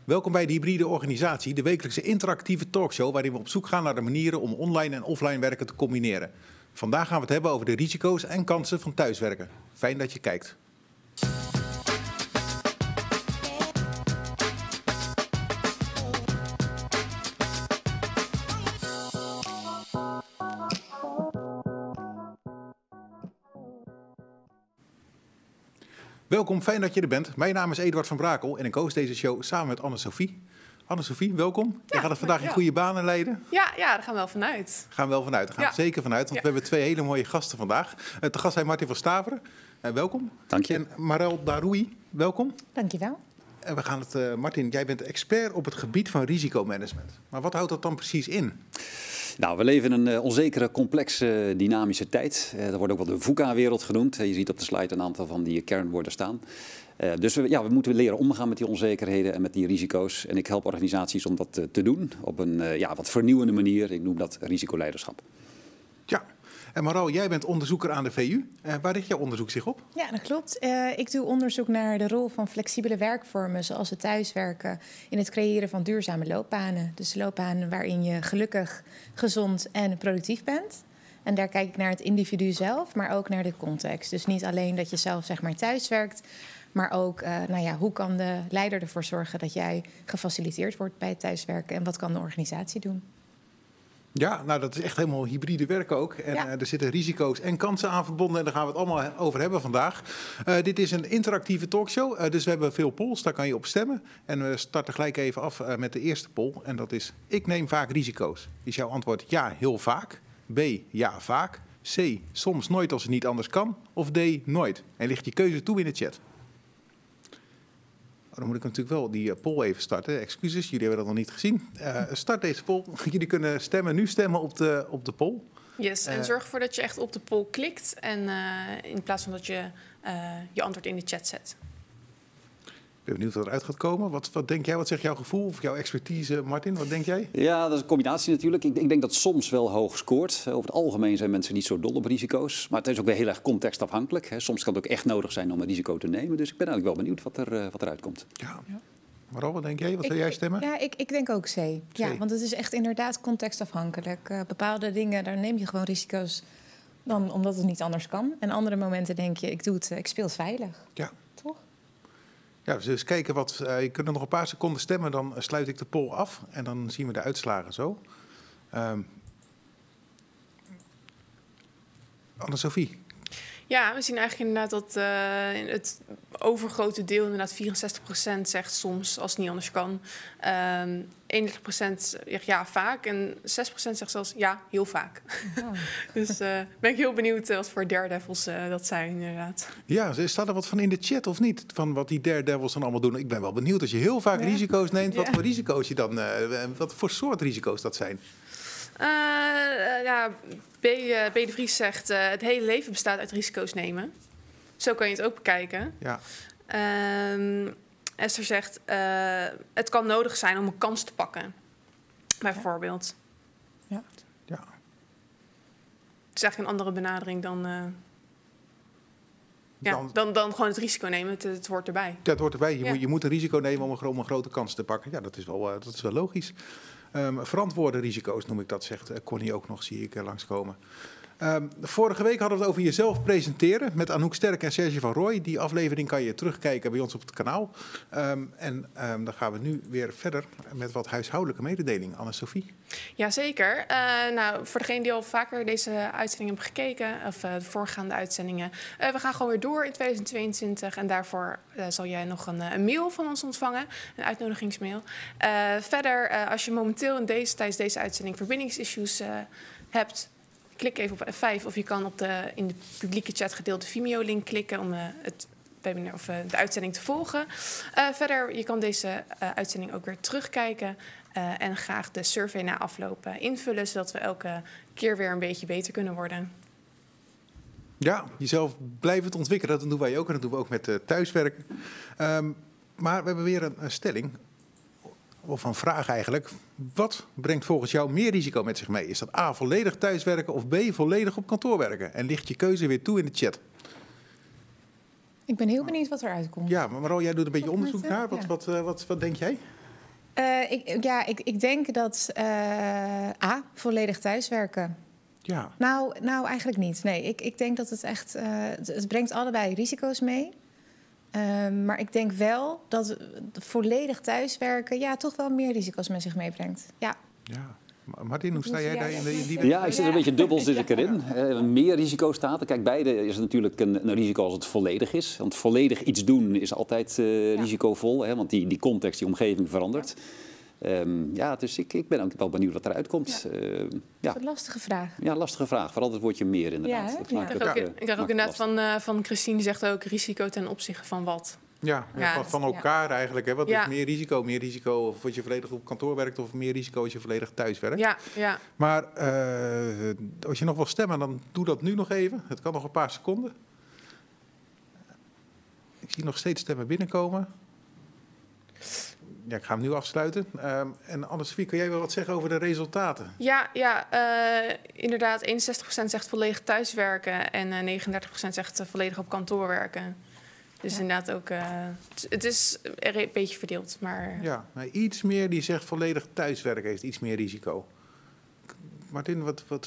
Welkom bij de Hybride Organisatie, de wekelijkse interactieve talkshow waarin we op zoek gaan naar de manieren om online en offline werken te combineren. Vandaag gaan we het hebben over de risico's en kansen van thuiswerken. Fijn dat je kijkt. Welkom, fijn dat je er bent. Mijn naam is Eduard van Brakel en ik host deze show samen met Anne-Sophie. Anne-Sophie, welkom. Je gaat het vandaag in goede banen leiden. Ja, daar gaan we wel vanuit. Gaan we wel vanuit, daar gaan we zeker vanuit, want we hebben twee hele mooie gasten vandaag. Te gast zijn Martin van Staveren, welkom. Dank je. En Marel Daroui, welkom. Dank je wel. En we gaan het, Martin, jij bent expert op het gebied van risicomanagement. Maar wat houdt dat dan precies in? Nou, we leven in een onzekere, complexe, dynamische tijd. Dat wordt ook wel de VUCA-wereld genoemd. Je ziet op de slide een aantal van die kernwoorden staan. Dus we moeten leren omgaan met die onzekerheden en met die risico's. En ik help organisaties om dat te doen op een wat vernieuwende manier. Ik noem dat risicoleiderschap. Ja. En Marel, jij bent onderzoeker aan de VU. Waar richt jouw onderzoek zich op? Ja, dat klopt. Ik doe onderzoek naar de rol van flexibele werkvormen, zoals het thuiswerken, in het creëren van duurzame loopbanen. Dus loopbanen waarin je gelukkig, gezond en productief bent. En daar kijk ik naar het individu zelf, maar ook naar de context. Dus niet alleen dat je zelf thuis werkt, maar ook hoe kan de leider ervoor zorgen dat jij gefaciliteerd wordt bij het thuiswerken en wat kan de organisatie doen? Ja, nou dat is echt helemaal hybride werken ook. En er zitten risico's en kansen aan verbonden en daar gaan we het allemaal over hebben vandaag. Dit is een interactieve talkshow, dus we hebben veel polls, daar kan je op stemmen. En we starten gelijk even af met de eerste poll en dat is: ik neem vaak risico's. Is jouw antwoord ja, heel vaak? B, ja, vaak? C, soms nooit als het niet anders kan? Of D, nooit? En ligt je keuze toe in de chat. Dan moet ik natuurlijk wel die poll even starten. Excuses, jullie hebben dat nog niet gezien. Start deze poll. Jullie kunnen nu stemmen op de poll. Yes, en zorg ervoor dat je echt op de poll klikt. En in plaats van dat je je antwoord in de chat zet. Ik ben benieuwd wat eruit gaat komen. Wat denk jij? Wat zegt jouw gevoel of jouw expertise, Martin? Wat denk jij? Ja, dat is een combinatie natuurlijk. Ik denk dat het soms wel hoog scoort. Over het algemeen zijn mensen niet zo dol op risico's. Maar het is ook weer heel erg contextafhankelijk. Soms kan het ook echt nodig zijn om een risico te nemen. Dus ik ben eigenlijk wel benieuwd wat eruit komt. Ja. Marel, wat denk jij? Wat zou jij stemmen? Ja, ik denk ook C. Ja, want het is echt inderdaad contextafhankelijk. Bepaalde dingen, daar neem je gewoon risico's dan omdat het niet anders kan. En andere momenten denk je, ik speel het veilig. Ja. Toch? Ja, dus kijken je kunt nog een paar seconden stemmen, dan sluit ik de poll af en dan zien we de uitslagen zo. Anne-Sophie. Ja, we zien eigenlijk inderdaad dat het overgrote deel, inderdaad 64% zegt soms als het niet anders kan. 31% zegt ja, vaak. En 6% zegt zelfs ja, heel vaak. Oh. Dus ben ik heel benieuwd wat voor daredevils dat zijn inderdaad. Ja, staat er wat van in de chat of niet? Van wat die daredevils dan allemaal doen? Ik ben wel benieuwd als je heel vaak risico's neemt. Wat voor risico's je dan, wat voor soort risico's dat zijn? B. de Vries zegt het hele leven bestaat uit risico's nemen. Zo kan je het ook bekijken. Ja. Esther zegt het kan nodig zijn om een kans te pakken. Bijvoorbeeld. Ja. Ja. Het is eigenlijk een andere benadering dan gewoon het risico nemen. Het hoort erbij. Ja, het hoort erbij. Je moet een risico nemen om een grote kans te pakken. Ja, dat is wel logisch. Verantwoorde risico's noem ik dat, zegt Connie ook nog, zie ik langskomen. Vorige week hadden we het over jezelf presenteren met Anouk Sterk en Serge van Rooij. Die aflevering kan je terugkijken bij ons op het kanaal. Dan gaan we nu weer verder met wat huishoudelijke mededeling. Anne-Sophie? Jazeker. Voor degenen die al vaker deze uitzending hebben gekeken, of de voorgaande uitzendingen, we gaan gewoon weer door in 2022. En daarvoor zal jij nog een mail van ons ontvangen, een uitnodigingsmail. Verder, als je momenteel tijdens deze uitzending verbindingsissues hebt, klik even op F5 of je kan op de in de publieke chat gedeelde Vimeo-link klikken om het webinar of de uitzending te volgen. Verder, je kan deze uitzending ook weer terugkijken en graag de survey na afloop invullen, zodat we elke keer weer een beetje beter kunnen worden. Ja, jezelf blijven ontwikkelen, dat doen wij ook en dat doen we ook met thuiswerken. Maar we hebben weer een stelling. Of een vraag eigenlijk. Wat brengt volgens jou meer risico met zich mee? Is dat A, volledig thuiswerken of B, volledig op kantoor werken? En ligt je keuze weer toe in de chat? Ik ben heel benieuwd wat eruit komt. Ja, maar Marel, jij doet een beetje onderzoek naar. Wat denk jij? Ik denk dat volledig thuiswerken. Ja. Nou, eigenlijk niet. Nee, ik denk dat het echt... het brengt allebei risico's mee. Maar ik denk wel dat volledig thuiswerken... toch wel meer risico's met zich meebrengt. Ja. Martin, hoe sta jij daar in die... Ja, ik zit er een beetje dubbel zit ik erin. Meer risico staat er. Kijk, beide is natuurlijk een risico als het volledig is. Want volledig iets doen is altijd risicovol. Hè, want die context, die omgeving verandert. Dus ik ben ook wel benieuwd wat eruit komt. Dat is een lastige vraag. Ja, lastige vraag. Vooral het woordje meer inderdaad. Ik krijg ook inderdaad van Christine, die zegt ook risico ten opzichte van wat. Van elkaar eigenlijk. Hè? Wat is meer risico? Meer risico of als je volledig op kantoor werkt of meer risico als je volledig thuis werkt? Ja. Maar als je nog wil stemmen, dan doe dat nu nog even. Het kan nog een paar seconden. Ik zie nog steeds stemmen binnenkomen. Ja, ik ga hem nu afsluiten. En Anne-Sophie, kan jij wel wat zeggen over de resultaten? Inderdaad. 61% zegt volledig thuiswerken en 39% zegt volledig op kantoor werken. Dus inderdaad ook, het is een beetje verdeeld. Maar... Ja, iets meer die zegt volledig thuiswerken heeft iets meer risico. Martin,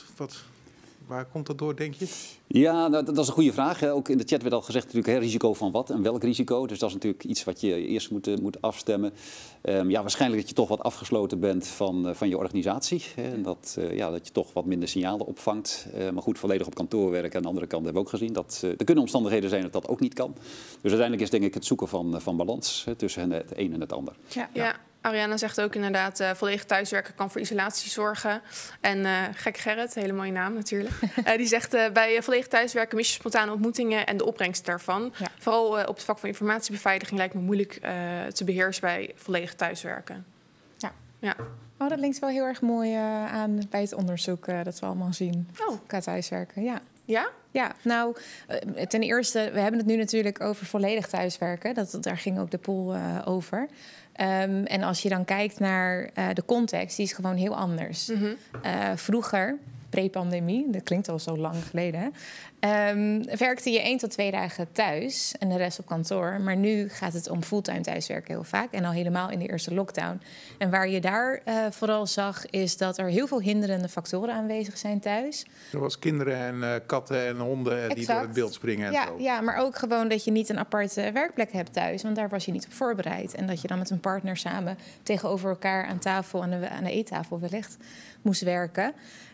waar komt dat door, denk je? Ja, dat is een goede vraag. Ook in de chat werd al gezegd natuurlijk, risico van wat en welk risico. Dus dat is natuurlijk iets wat je eerst moet afstemmen. Waarschijnlijk dat je toch wat afgesloten bent van je organisatie. En dat je toch wat minder signalen opvangt. Maar goed, volledig op kantoor werken aan de andere kant hebben we ook gezien. Er kunnen omstandigheden zijn dat dat ook niet kan. Dus uiteindelijk is denk ik het zoeken van balans tussen het een en het ander. Ja. Ariana zegt ook inderdaad, volledig thuiswerken kan voor isolatie zorgen. En gek Gerrit, hele mooie naam natuurlijk. Die zegt, bij volledig thuiswerken mis je spontane ontmoetingen en de opbrengst daarvan. Ja. Vooral op het vak van informatiebeveiliging lijkt me moeilijk te beheersen bij volledig thuiswerken. Ja. Oh, dat linkt wel heel erg mooi aan bij het onderzoek dat we allemaal zien qua thuiswerken. Ja? Ja, nou, ten eerste, we hebben het nu natuurlijk over volledig thuiswerken. Daar ging ook de poll over. En als je dan kijkt naar de context, die is gewoon heel anders. Mm-hmm. Vroeger, pre-pandemie, dat klinkt al zo lang geleden, werkte je 1 tot 2 dagen thuis en de rest op kantoor. Maar nu gaat het om fulltime thuiswerken heel vaak. En al helemaal in de eerste lockdown. En waar je daar vooral zag, is dat er heel veel hinderende factoren aanwezig zijn thuis. Zoals kinderen en katten en honden die door het beeld springen. En zo. Ja, maar ook gewoon dat je niet een aparte werkplek hebt thuis. Want daar was je niet op voorbereid. En dat je dan met een partner samen tegenover elkaar aan tafel, aan de eettafel wellicht, moest werken.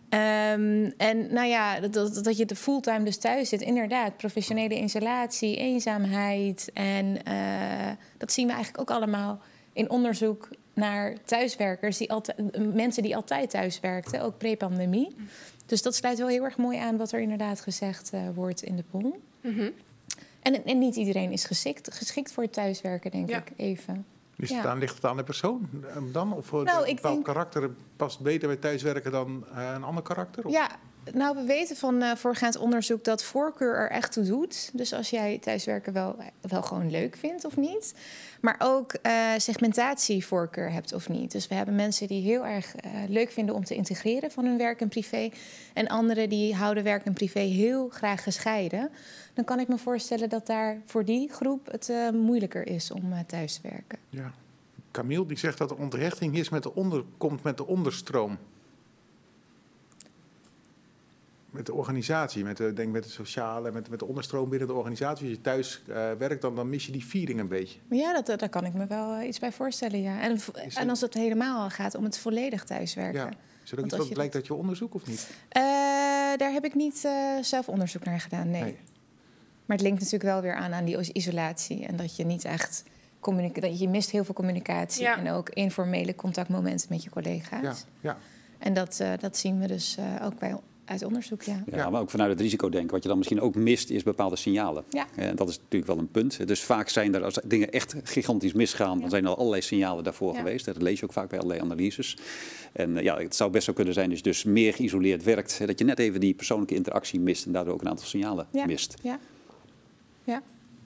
En nou ja, dat je de fulltime dus thuis zit. Inderdaad, professionele isolatie, eenzaamheid. En dat zien we eigenlijk ook allemaal in onderzoek naar thuiswerkers. Mensen die altijd thuis werkten, ook pre-pandemie. Dus dat sluit wel heel erg mooi aan wat er inderdaad gezegd wordt in de poll. Mm-hmm. En niet iedereen is geschikt voor het thuiswerken, denk ik even. Ligt het aan de persoon dan? Of een bepaald karakter past beter bij thuiswerken dan een ander karakter? Of? Ja, nou, we weten van voorgaand onderzoek dat voorkeur er echt toe doet. Dus als jij thuiswerken wel gewoon leuk vindt of niet. Maar ook segmentatievoorkeur hebt of niet. Dus we hebben mensen die heel erg leuk vinden om te integreren van hun werk en privé. En anderen die houden werk en privé heel graag gescheiden. Dan kan ik me voorstellen dat daar voor die groep het moeilijker is om thuis te werken. Ja. Camille die zegt dat er onthechting is komt met de onderstroom. Met de organisatie, met de sociale, met de onderstroom binnen de organisatie. Als je thuis werkt, dan mis je die feeling een beetje. Ja, daar kan ik me wel iets bij voorstellen, ja. En als het helemaal gaat om het volledig thuiswerken. Ja. Is er ook iets wat blijkt uit je onderzoek of niet? Daar heb ik niet zelf onderzoek naar gedaan, nee. Maar het linkt natuurlijk wel weer aan die isolatie. En dat je niet echt dat je mist heel veel communicatie. Ja. En ook informele contactmomenten met je collega's. Ja. En dat zien we dus ook uit onderzoek, Ja, maar ook vanuit het risicodenken. Wat je dan misschien ook mist, is bepaalde signalen. Ja. En dat is natuurlijk wel een punt. Dus vaak zijn er, als dingen echt gigantisch misgaan, dan zijn er allerlei signalen daarvoor geweest. Dat lees je ook vaak bij allerlei analyses. En het zou best zo kunnen zijn, dus meer geïsoleerd werkt, dat je net even die persoonlijke interactie mist en daardoor ook een aantal signalen mist. Ja.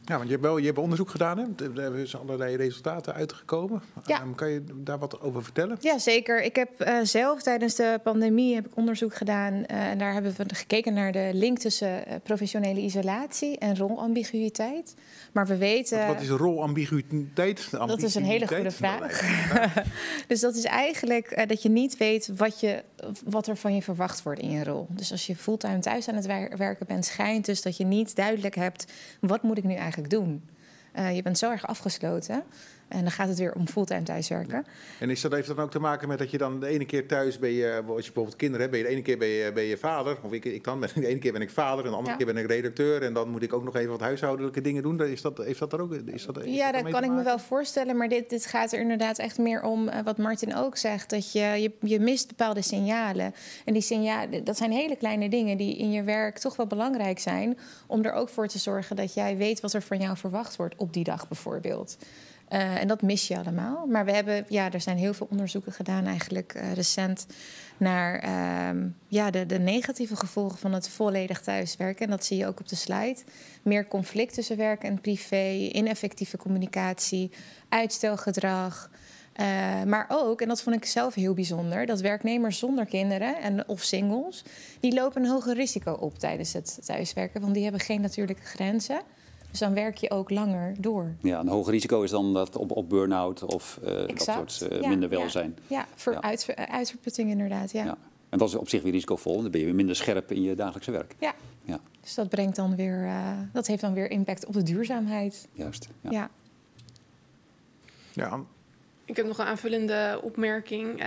Ja, want je hebt onderzoek gedaan, hè? Er zijn dus allerlei resultaten uitgekomen. Ja. Kan je daar wat over vertellen? Ja, zeker. Ik heb zelf tijdens de pandemie heb ik onderzoek gedaan. En daar hebben we gekeken naar de link tussen professionele isolatie en rolambiguïteit. Maar we weten... Wat is rolambiguïteit? Dat is een hele goede vraag. Dus dat is eigenlijk dat je niet weet wat er van je verwacht wordt in je rol. Dus als je fulltime thuis aan het werken bent, schijnt dus dat je niet duidelijk hebt, wat moet ik nu eigenlijk doen? Je bent zo erg afgesloten. En dan gaat het weer om fulltime thuiswerken. En heeft dat ook te maken met dat je dan de ene keer thuis ben je, als je bijvoorbeeld kinderen hebt, de ene keer ben je vader, of ik dan, de ene keer ben ik vader en de andere keer ben ik redacteur en dan moet ik ook nog even wat huishoudelijke dingen doen. Heeft dat er ook? Ja, dat kan ik me wel voorstellen, maar dit gaat er inderdaad echt meer om wat Martin ook zegt, dat je mist bepaalde signalen. En die signalen, dat zijn hele kleine dingen die in je werk toch wel belangrijk zijn, om er ook voor te zorgen dat jij weet wat er van jou verwacht wordt op die dag bijvoorbeeld. En dat mis je allemaal. Maar er zijn heel veel onderzoeken gedaan eigenlijk recent naar de negatieve gevolgen van het volledig thuiswerken. En dat zie je ook op de slide. Meer conflict tussen werk en privé, ineffectieve communicatie, uitstelgedrag. Maar ook, en dat vond ik zelf heel bijzonder, dat werknemers zonder kinderen of singles, die lopen een hoger risico op tijdens het thuiswerken, want die hebben geen natuurlijke grenzen. Dus dan werk je ook langer door. Ja, een hoger risico is dan dat op burn-out of dat soort minder welzijn. Ja, uitverputting inderdaad. Ja. En dat is op zich weer risicovol. Dan ben je weer minder scherp in je dagelijkse werk. Ja. Dus dat brengt dan weer, dat heeft dan weer impact op de duurzaamheid. Juist. Ja. Ik heb nog een aanvullende opmerking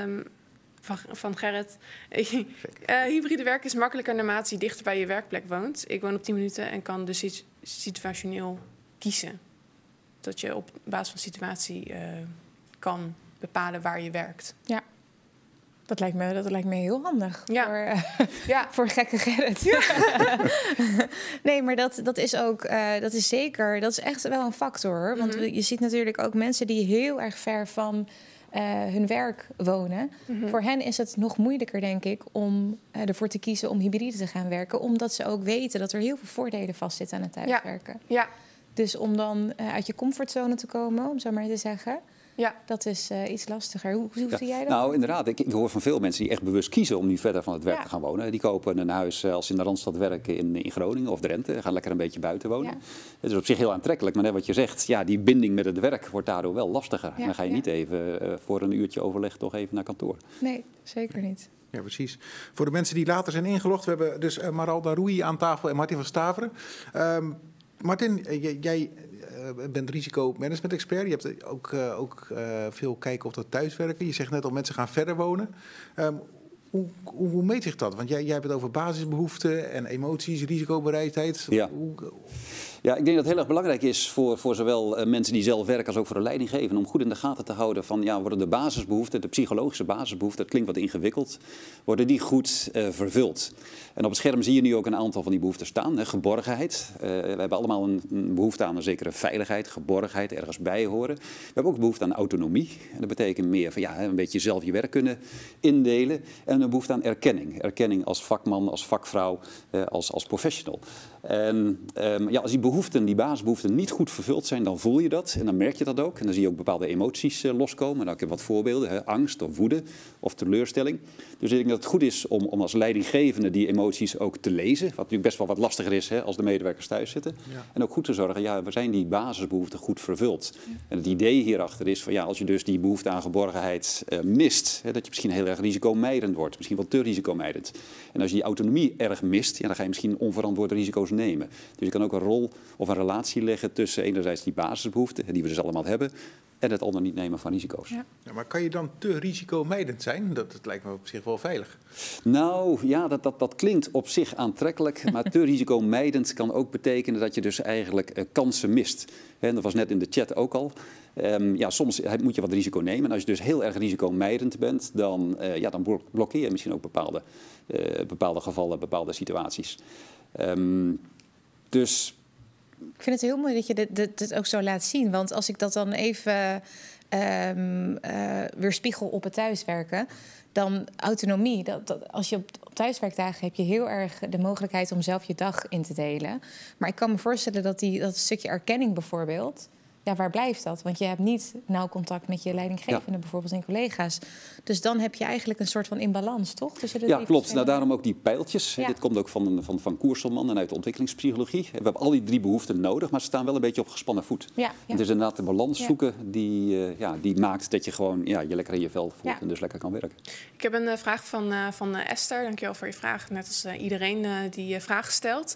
van Gerrit. Hybride werken is makkelijker naarmate je dichter bij je werkplek woont. Ik woon op 10 minuten en kan dus situationeel kiezen. Dat je op basis van situatie kan bepalen waar je werkt. Ja. Dat lijkt me heel handig voor gekke Gerrit. Ja. Nee, maar dat is ook, dat is zeker, dat is echt wel een factor. Want je ziet natuurlijk ook mensen die heel erg ver van hun werk wonen. Voor hen is het nog moeilijker, denk ik, om ervoor te kiezen om hybride te gaan werken. Omdat ze ook weten dat er heel veel voordelen vastzitten aan het thuiswerken. Ja. Dus om dan uit je comfortzone te komen, om zo maar te zeggen. Ja, dat is iets lastiger. Hoe zie jij dat? Nou, inderdaad. Ik hoor van veel mensen die echt bewust kiezen om nu verder van het werk te gaan wonen. Die kopen een huis als ze in de Randstad werken in Groningen of Drenthe. Gaan lekker een beetje buiten wonen. Ja. Het is op zich heel aantrekkelijk. Maar net wat je zegt, die binding met het werk wordt daardoor wel lastiger. Ja, dan ga je niet even voor een uurtje overleg toch even naar kantoor. Nee, zeker niet. Ja, precies. Voor de mensen die later zijn ingelogd, we hebben dus Maral Daroui aan tafel en Martin van Staveren. Martin, jij bent risicomanagement-expert. Je hebt ook veel kijken op dat thuiswerken. Je zegt net al, mensen gaan verder wonen. Hoe meet zich dat? Want jij hebt het over basisbehoeften en emoties, risicobereidheid. Ja, ik denk dat het heel erg belangrijk is voor zowel mensen die zelf werken als ook voor de leidinggevenden om goed in de gaten te houden van worden de basisbehoeften, de psychologische basisbehoeften, dat klinkt wat ingewikkeld, worden die goed vervuld. En op het scherm zie je nu ook een aantal van die behoeften staan. Geborgenheid. We hebben allemaal een behoefte aan een zekere veiligheid, geborgenheid, ergens bij horen. We hebben ook behoefte aan autonomie. En dat betekent meer van een beetje zelf je werk kunnen indelen. En een behoefte aan erkenning. Erkenning als vakman, als vakvrouw, als professional. En als die basisbehoeften niet goed vervuld zijn, dan voel je dat. En dan merk je dat ook. En dan zie je ook bepaalde emoties loskomen. Nou, ik heb wat voorbeelden. Angst of woede of teleurstelling. Dus ik denk dat het goed is om als leidinggevende die emoties ook te lezen. Wat natuurlijk best wel wat lastiger is als de medewerkers thuis zitten. Ja. En ook goed te zorgen, we zijn die basisbehoeften goed vervuld. Ja. En het idee hierachter is van als je dus die behoefte aan geborgenheid mist, dat je misschien heel erg risicomijdend wordt. Misschien wel te risicomijdend. En als je die autonomie erg mist, dan ga je misschien onverantwoorde risico's nemen. Dus je kan ook een rol of een relatie leggen tussen enerzijds die basisbehoeften, die we dus allemaal hebben, en het al niet nemen van risico's. Ja. Ja, maar kan je dan te risicomijdend zijn? Dat lijkt me op zich wel veilig. Nou, dat klinkt op zich aantrekkelijk. Maar te risicomijdend kan ook betekenen dat je dus eigenlijk kansen mist. En dat was net in de chat ook al. Soms moet je wat risico nemen. En als je dus heel erg risicomijdend bent, dan blokkeer je misschien ook bepaalde gevallen, bepaalde situaties. Dus ik vind het heel mooi dat je dit ook zo laat zien. Want als ik dat dan even weer spiegel op het thuiswerken, dan autonomie. Als je op thuiswerkdagen heb je heel erg de mogelijkheid om zelf je dag in te delen. Maar ik kan me voorstellen dat stukje erkenning bijvoorbeeld, ja, waar blijft dat? Want je hebt niet nauw contact met je leidinggevende bijvoorbeeld en collega's. Dus dan heb je eigenlijk een soort van imbalans, toch? Ja, klopt. Nou, daarom ook die pijltjes. Ja. Dit komt ook van Koerselman en uit de ontwikkelingspsychologie. We hebben al die 3 behoeften nodig, maar ze staan wel een beetje op gespannen voet. Ja. Het is inderdaad de balans zoeken die maakt dat je gewoon je lekker in je vel voelt en dus lekker kan werken. Ik heb een vraag van Esther. Dankjewel voor je vraag. Net als iedereen die vragen stelt.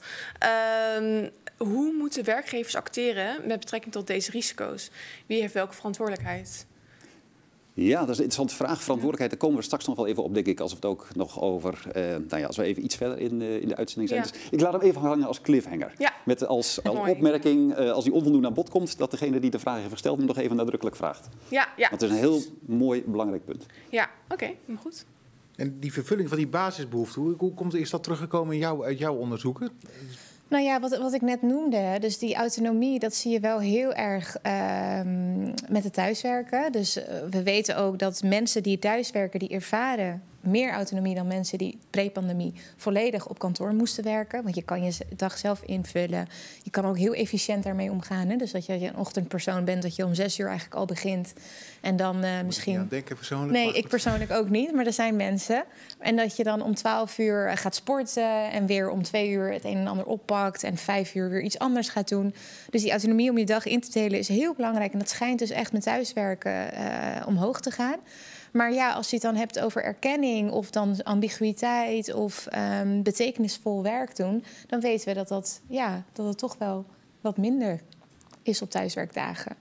Hoe moeten werkgevers acteren met betrekking tot deze risico's? Wie heeft welke verantwoordelijkheid? Ja, dat is een interessante vraag. Verantwoordelijkheid, daar komen we straks nog wel even op, denk ik, als we het ook nog over, als we even iets verder in de uitzending zijn. Ja. Dus ik laat hem even hangen als cliffhanger. Ja. Met als Mooi. opmerking, als die onvoldoende aan bod komt, dat degene die de vraag heeft gesteld hem nog even nadrukkelijk vraagt. Ja. Want het is een heel mooi, belangrijk punt. Ja, oké, maar goed. En die vervulling van die basisbehoeften, is dat teruggekomen uit jouw onderzoeken? Nou ja, wat ik net noemde, dus die autonomie, dat zie je wel heel erg met het thuiswerken. Dus we weten ook dat mensen die thuiswerken, die ervaren meer autonomie dan mensen die pre-pandemie volledig op kantoor moesten werken. Want je kan je dag zelf invullen. Je kan ook heel efficiënt daarmee omgaan. Hè? Dus dat je een ochtendpersoon bent, dat je om 6 uur eigenlijk al begint. En dan misschien... Moet je denken persoonlijk? Nee, ik persoonlijk ook niet, maar er zijn mensen. En dat je dan om 12 uur gaat sporten en weer om 2 uur het een en ander oppakt en 5 uur weer iets anders gaat doen. Dus die autonomie om je dag in te delen is heel belangrijk. En dat schijnt dus echt met thuiswerken omhoog te gaan. Maar ja, als je het dan hebt over erkenning of dan ambiguïteit of betekenisvol werk doen, dan weten we dat het toch wel wat minder is op thuiswerkdagen.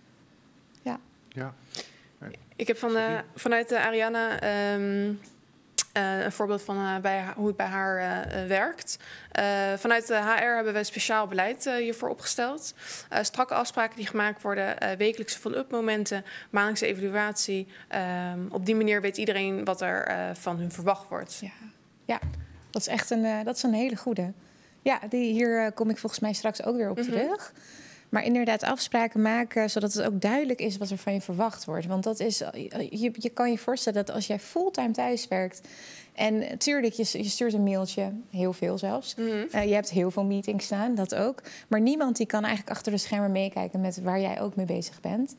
Ja. Ik heb vanuit Ariana een voorbeeld van hoe het bij haar werkt. Vanuit de HR hebben we speciaal beleid hiervoor opgesteld. Strakke afspraken die gemaakt worden, wekelijkse follow-up momenten, maandelijkse evaluatie. Op die manier weet iedereen wat er van hun verwacht wordt. Ja, dat is echt een hele goede. Ja, hier kom ik volgens mij straks ook weer op terug. Maar inderdaad afspraken maken, zodat het ook duidelijk is wat er van je verwacht wordt. Want dat is, je kan je voorstellen dat als jij fulltime thuis werkt en natuurlijk, je stuurt een mailtje, heel veel zelfs. Je hebt heel veel meetings staan, dat ook. Maar niemand die kan eigenlijk achter de schermen meekijken met waar jij ook mee bezig bent.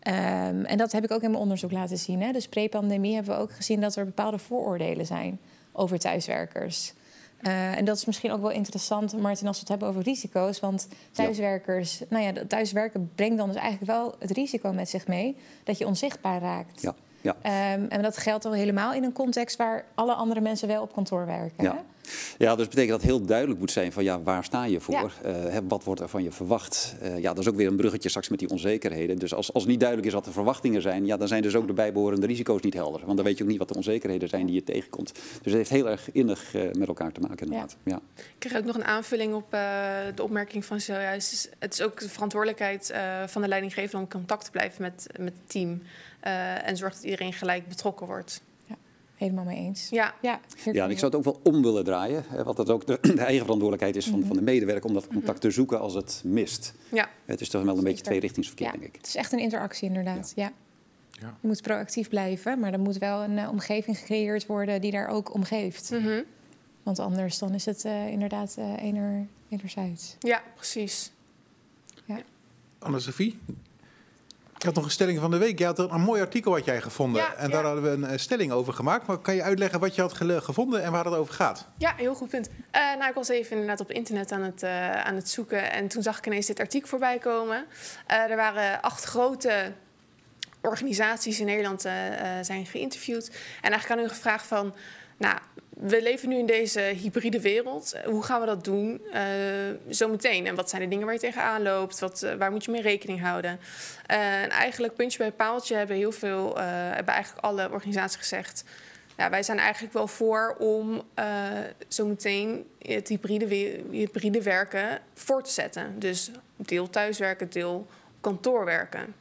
En dat heb ik ook in mijn onderzoek laten zien. Hè. Dus pre-pandemie hebben we ook gezien dat er bepaalde vooroordelen zijn over thuiswerkers. En dat is misschien ook wel interessant, Martin, als we het hebben over risico's. Want thuiswerkers, thuiswerken brengt dan dus eigenlijk wel het risico met zich mee dat je onzichtbaar raakt. Ja. Ja. En dat geldt al helemaal in een context waar alle andere mensen wel op kantoor werken. Ja. Ja, dus dat betekent dat het heel duidelijk moet zijn van waar sta je voor? Ja. Wat wordt er van je verwacht? Dat is ook weer een bruggetje straks met die onzekerheden. Dus als niet duidelijk is wat de verwachtingen zijn, dan zijn dus ook de bijbehorende risico's niet helder. Want dan weet je ook niet wat de onzekerheden zijn die je tegenkomt. Dus het heeft heel erg innig met elkaar te maken inderdaad. Ja. Ik krijg ook nog een aanvulling op de opmerking van zojuist. Het is ook de verantwoordelijkheid van de leidinggevende om in contact te blijven met het team. En zorgt dat iedereen gelijk betrokken wordt. Helemaal mee eens. Ja, en ik zou het ook wel om willen draaien. Want dat ook de eigen verantwoordelijkheid is van de medewerker om dat contact te zoeken als het mist. Ja. Het is toch wel een beetje tweerichtingsverkeer, denk ik. Het is echt een interactie inderdaad, ja. Je moet proactief blijven, maar er moet wel een omgeving gecreëerd worden die daar ook om geeft. Want anders dan is het inderdaad enerzijds. Ja, precies. Ja. Anne-Sophie? Ik had nog een stelling van de week. Je had een mooi artikel had jij gevonden. En daar hadden we een stelling over gemaakt. Maar kan je uitleggen wat je had gevonden en waar het over gaat? Ja, heel goed punt. Ik was even inderdaad op internet aan het zoeken. En toen zag ik ineens dit artikel voorbij komen. Er waren 8 grote organisaties in Nederland zijn geïnterviewd. En eigenlijk aan hun gevraagd van... we leven nu in deze hybride wereld. Hoe gaan we dat doen zometeen? En wat zijn de dingen waar je tegenaan loopt? Waar moet je mee rekening houden? En eigenlijk puntje bij paaltje hebben eigenlijk alle organisaties gezegd... wij zijn eigenlijk wel voor om zometeen het hybride werken voor te zetten. Dus deel thuiswerken, deel kantoorwerken.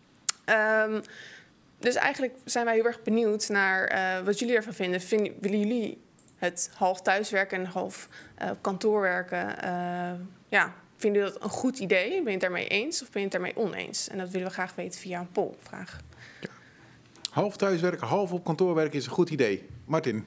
Dus eigenlijk zijn wij heel erg benieuwd naar wat jullie ervan vinden. Willen jullie het half thuiswerken en half kantoorwerken? Vinden jullie dat een goed idee? Ben je het daarmee eens of ben je het daarmee oneens? En dat willen we graag weten via een pollvraag. Ja. Half thuiswerken, half op kantoor werken is een goed idee. Martin?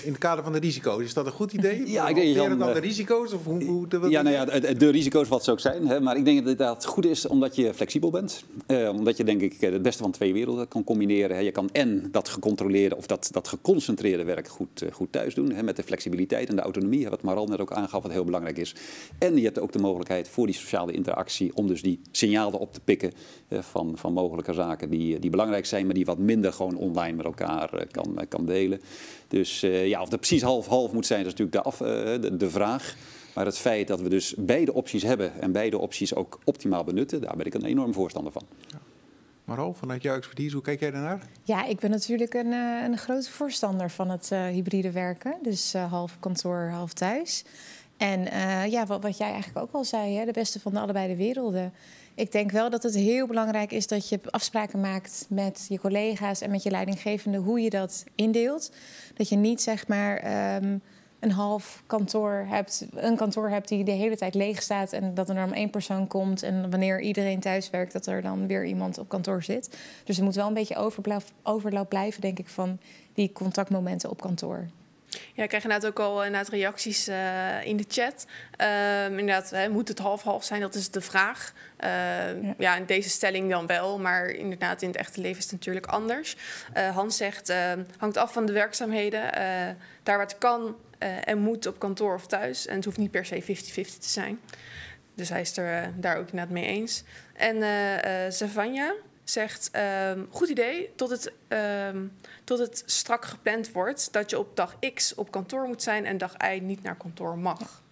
in het kader van de risico's. Is dat een goed idee? Ja, ik denk dan de risico's? Of de risico's wat ze ook zijn. Hè, maar ik denk dat het goed is omdat je flexibel bent. Omdat je denk ik het beste van twee werelden kan combineren. Hè. Je kan en dat gecontroleerde of dat geconcentreerde werk goed thuis doen. Hè, met de flexibiliteit en de autonomie, wat Maral net ook aangaf, wat heel belangrijk is. En je hebt ook de mogelijkheid voor die sociale interactie om dus die signalen op te pikken van mogelijke zaken die belangrijk zijn, maar die wat minder gewoon online met elkaar kan delen. Dus of dat precies half-half moet zijn, dat is natuurlijk de vraag. Maar het feit dat we dus beide opties hebben en beide opties ook optimaal benutten, daar ben ik een enorm voorstander van. Ja. Maral, vanuit jouw expertise, hoe kijk jij daarnaar? Ja, ik ben natuurlijk een grote voorstander van het hybride werken. Dus half kantoor, half thuis. En wat jij eigenlijk ook al zei, hè, de beste van allebei de werelden. Ik denk wel dat het heel belangrijk is dat je afspraken maakt met je collega's en met je leidinggevende hoe je dat indeelt. Dat je niet zeg maar een half kantoor hebt, een kantoor hebt die de hele tijd leeg staat en dat er dan 1 persoon komt en wanneer iedereen thuis werkt, dat er dan weer iemand op kantoor zit. Dus er moet wel een beetje overlap blijven, denk ik, van die contactmomenten op kantoor. Ja, ik krijg inderdaad ook al reacties in de chat. Inderdaad, moet het half-half zijn? Dat is de vraag. Ja, in deze stelling dan wel, maar inderdaad in het echte leven is het natuurlijk anders. Hans zegt, hangt af van de werkzaamheden. Daar waar het kan en moet op kantoor of thuis. En het hoeft niet per se 50-50 te zijn. Dus hij is er daar ook inderdaad mee eens. En Savanja zegt, goed idee, tot het strak gepland wordt dat je op dag X op kantoor moet zijn en dag Y niet naar kantoor mag.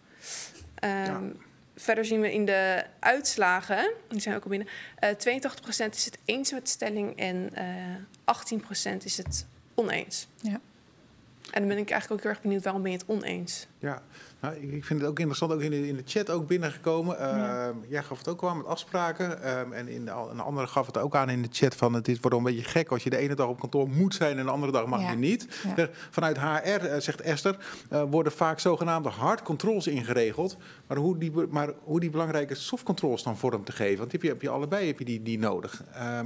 Verder zien we in de uitslagen, die zijn ook al binnen, 82% is het eens met de stelling en 18% is het oneens. Ja. En dan ben ik eigenlijk ook heel erg benieuwd, waarom ben je het oneens? Ja, nou, ik vind het ook interessant, ook in de chat ook binnengekomen. Jij gaf het ook al aan met afspraken. En een andere gaf het ook aan in de chat van het wordt een beetje gek als je de ene dag op kantoor moet zijn en de andere dag mag je niet. Ja. Vanuit HR, zegt Esther, worden vaak zogenaamde hard controls ingeregeld. Maar hoe die belangrijke soft controls dan vorm te geven, want heb je allebei die nodig.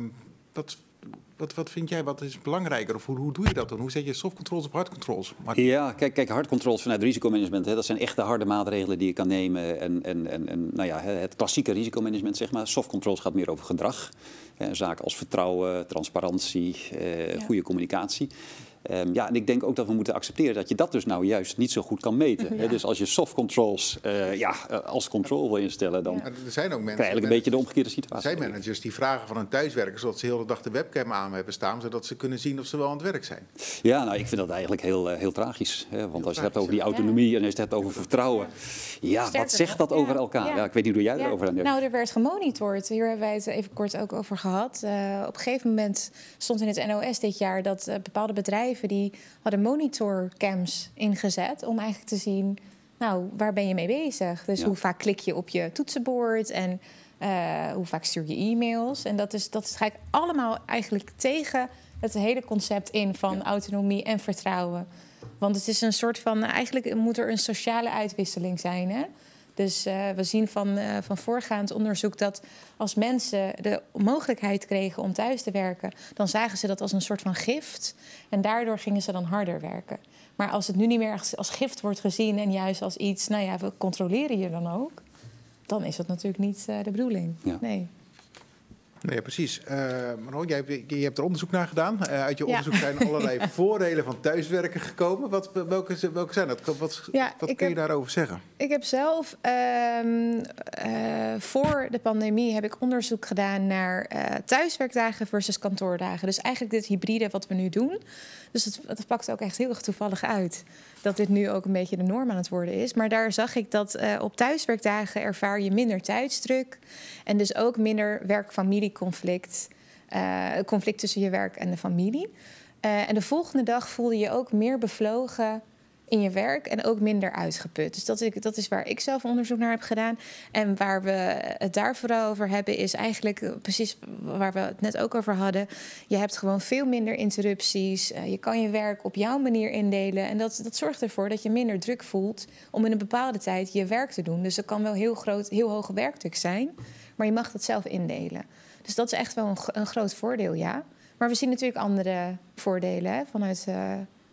Wat vind jij, wat is belangrijker? Of hoe doe je dat dan? Hoe zet je soft controls op hard controls? Ja, kijk, hard controls vanuit risicomanagement, dat zijn echte harde maatregelen die je kan nemen. En het klassieke risicomanagement, zeg maar. Soft controls gaat meer over gedrag. Zaken als vertrouwen, transparantie, goede communicatie. En ik denk ook dat we moeten accepteren dat je dat dus nou juist niet zo goed kan meten. Ja. Dus als je soft controls als control wil instellen, dan er zijn ook mensen, eigenlijk een beetje de omgekeerde situatie. Er zijn managers die vragen van hun thuiswerkers, zodat ze de hele dag de webcam aan hebben staan, zodat ze kunnen zien of ze wel aan het werk zijn. Ja, nou, ik vind dat eigenlijk heel tragisch. Hè? Want als je het hebt over die autonomie en als je het hebt over vertrouwen. Ja, wat zegt dat over elkaar? Ja, ik weet niet hoe jij erover aan denkt. Nou, er werd gemonitord. Hier hebben wij het even kort ook over gehad. Op een gegeven moment stond in het NOS dit jaar dat bepaalde bedrijven die hadden monitorcams ingezet om eigenlijk te zien, nou, waar ben je mee bezig? Dus hoe vaak klik je op je toetsenbord en hoe vaak stuur je e-mails? En dat is eigenlijk allemaal eigenlijk tegen het hele concept in van autonomie en vertrouwen. Want het is een soort van, eigenlijk moet er een sociale uitwisseling zijn, hè? Dus we zien van voorgaand onderzoek dat als mensen de mogelijkheid kregen om thuis te werken, dan zagen ze dat als een soort van gift. En daardoor gingen ze dan harder werken. Maar als het nu niet meer als gift wordt gezien en juist als iets, we controleren je dan ook, dan is dat natuurlijk niet de bedoeling. Ja. Nee. Nee, precies. Maral, je hebt er onderzoek naar gedaan. Uit je onderzoek zijn allerlei voordelen van thuiswerken gekomen. Welke zijn dat? Wat kun je daarover zeggen? Ik heb zelf voor de pandemie heb ik onderzoek gedaan naar thuiswerkdagen versus kantoordagen. Dus eigenlijk dit hybride wat we nu doen. Dus het pakt ook echt heel erg toevallig uit dat dit nu ook een beetje de norm aan het worden is. Maar daar zag ik dat op thuiswerkdagen ervaar je minder tijdsdruk en dus ook minder werk-familieconflict. Conflict tussen je werk en de familie. En de volgende dag voelde je ook meer bevlogen in je werk en ook minder uitgeput. Dus dat is waar ik zelf onderzoek naar heb gedaan. En waar we het daar vooral over hebben is eigenlijk precies waar we het net ook over hadden. Je hebt gewoon veel minder interrupties. Je kan je werk op jouw manier indelen. En dat zorgt ervoor dat je minder druk voelt om in een bepaalde tijd je werk te doen. Dus dat kan wel heel hoge werkdruk zijn, maar je mag dat zelf indelen. Dus dat is echt wel een groot voordeel, ja. Maar we zien natuurlijk andere voordelen vanuit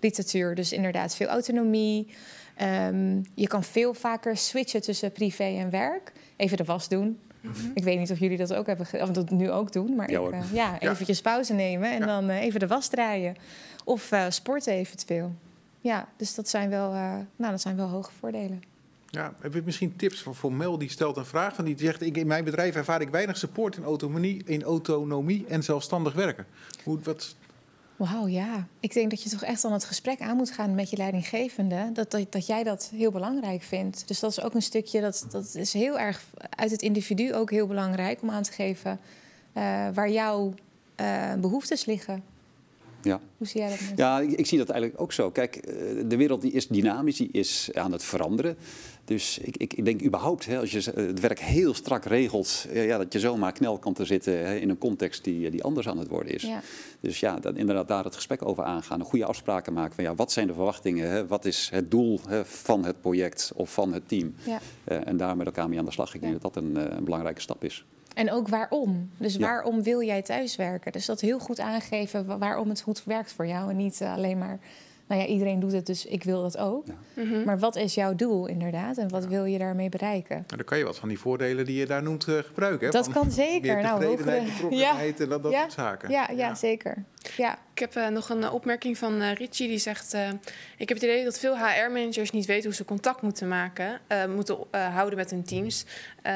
literatuur. Dus inderdaad veel autonomie. Je kan veel vaker switchen tussen privé en werk. Even de was doen. Ik weet niet of jullie dat ook hebben of dat nu ook doen. Maar eventjes pauze nemen en dan even de was draaien. Of sporten eventueel. Ja, dus dat zijn wel hoge voordelen. Ja, heb je misschien tips voor Mel? Die stelt een vraag. Die zegt, in mijn bedrijf ervaar ik weinig support in autonomie en zelfstandig werken. Wauw, ja. Ik denk dat je toch echt dan het gesprek aan moet gaan met je leidinggevende. Dat jij dat heel belangrijk vindt. Dus dat is ook een stukje, dat is heel erg uit het individu ook heel belangrijk om aan te geven waar jouw behoeftes liggen. Ja. Hoe zie jij dat? Ja, ik zie dat eigenlijk ook zo. Kijk, de wereld die is dynamisch, die is aan het veranderen. Dus ik denk überhaupt, als je het werk heel strak regelt, dat je zomaar knel kan te zitten in een context die anders aan het worden is. Ja. Dus ja, dan inderdaad daar het gesprek over aangaan, een goede afspraken maken van wat zijn de verwachtingen, wat is het doel van het project of van het team. Ja. En daar met elkaar mee aan de slag. Ik denk dat dat een belangrijke stap is. En ook waarom. Dus waarom wil jij thuiswerken? Dus dat heel goed aangeven waarom het goed werkt voor jou. En niet alleen maar, iedereen doet het, dus ik wil dat ook. Ja. Maar wat is jouw doel inderdaad? En wat wil je daarmee bereiken? Nou, dan kan je wat van die voordelen die je daar noemt gebruiken. Hè? Dat kan zeker. Meer tevredenheid, betrokkenheid en dat soort zaken. Ja, zeker. Ja. Ik heb nog een opmerking van Richie. Die zegt, ik heb het idee dat veel HR-managers niet weten hoe ze contact moeten houden met hun teams.